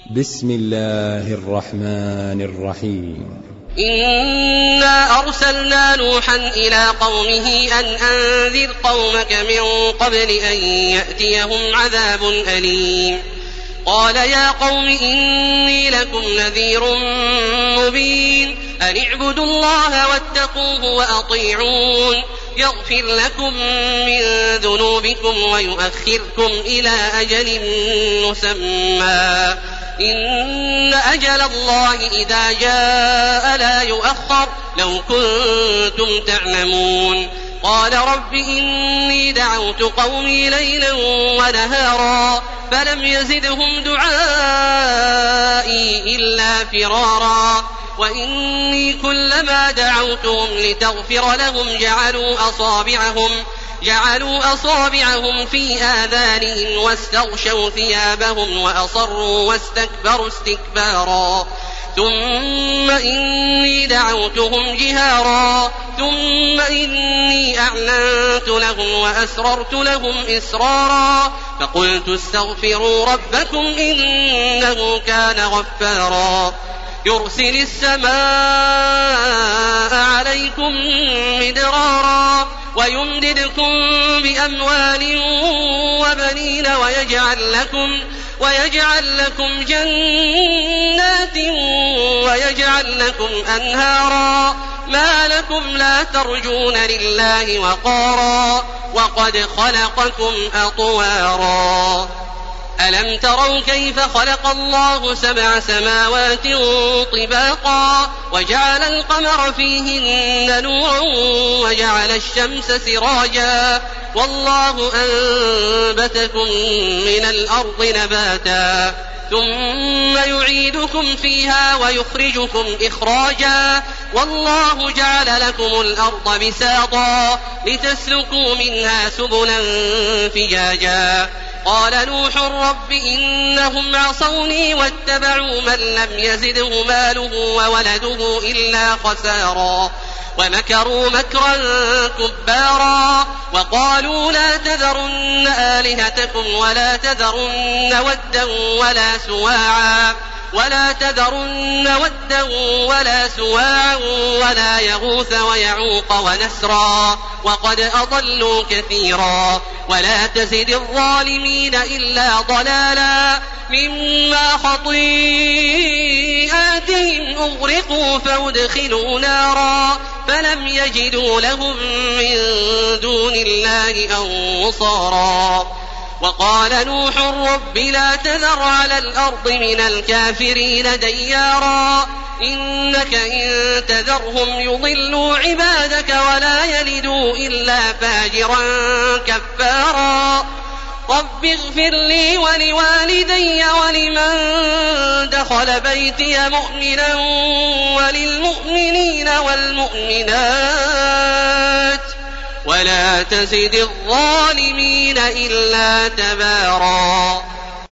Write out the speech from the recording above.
بسم الله الرحمن الرحيم. إنا أرسلنا نوحا إلى قومه أن أنذر قومك من قبل أن يأتيهم عذاب أليم. قال يا قوم إني لكم نذير مبين أن اعبدوا الله واتقوه وأطيعون يغفر لكم من ذنوبكم ويؤخركم إلى أجل مسمى إن أجل الله إذا جاء لا يؤخر لو كنتم تعلمون. قال رب إني دعوت قومي ليلا ونهارا فلم يزدهم دعائي إلا فرارا وإني كلما دعوتهم لتغفر لهم جعلوا أصابعهم في آذانهم واستغشوا ثيابهم وأصروا واستكبروا استكبارا ثم إني دعوتهم جهارا ثم إني أعلنت لهم وأسررت لهم إسرارا فقلت استغفروا ربكم إنه كان غفارا يرسل السماء عليكم مدرارا ويمددكم بأموال وبنين ويجعل لكم جنات ويجعل لكم أنهارا ما لكم لا ترجون لله وقارا وقد خلقكم أطوارا. ألم تروا كيف خلق الله 7 سماوات طباقا وجعل القمر فيهن نورا وجعل الشمس سراجا والله أنبتكم من الأرض نباتا ثم يعيدكم فيها ويخرجكم إخراجا والله جعل لكم الأرض بساطا لتسلكوا منها سبلا فجاجا. قال نوح رب إنهم عصوني واتبعوا من لم يزده ماله وولده إلا خسارا ومكروا مكرا كبارا وقالوا لا تذرن آلهتكم ولا تذرن ودا ولا سواعا ولا يغوث ويعوق ونسرا وقد أضلوا كثيرا ولا تزد الظالمين إلا ضلالا مما خطيئاتهم أغرقوا فأدخلوا نارا فلم يجدوا لهم من دون الله أنصارا. وقال نوح رب لا تذر على الأرض من الكافرين ديارا إنك إن تذرهم يضلوا عبادك ولا يلدوا إلا فاجرا كفارا. رب اغفر لي ولوالدي ولمن دخل بيتي مؤمنا وللمؤمنين والمؤمنات ولا تزد الظالمين إلا تبارا.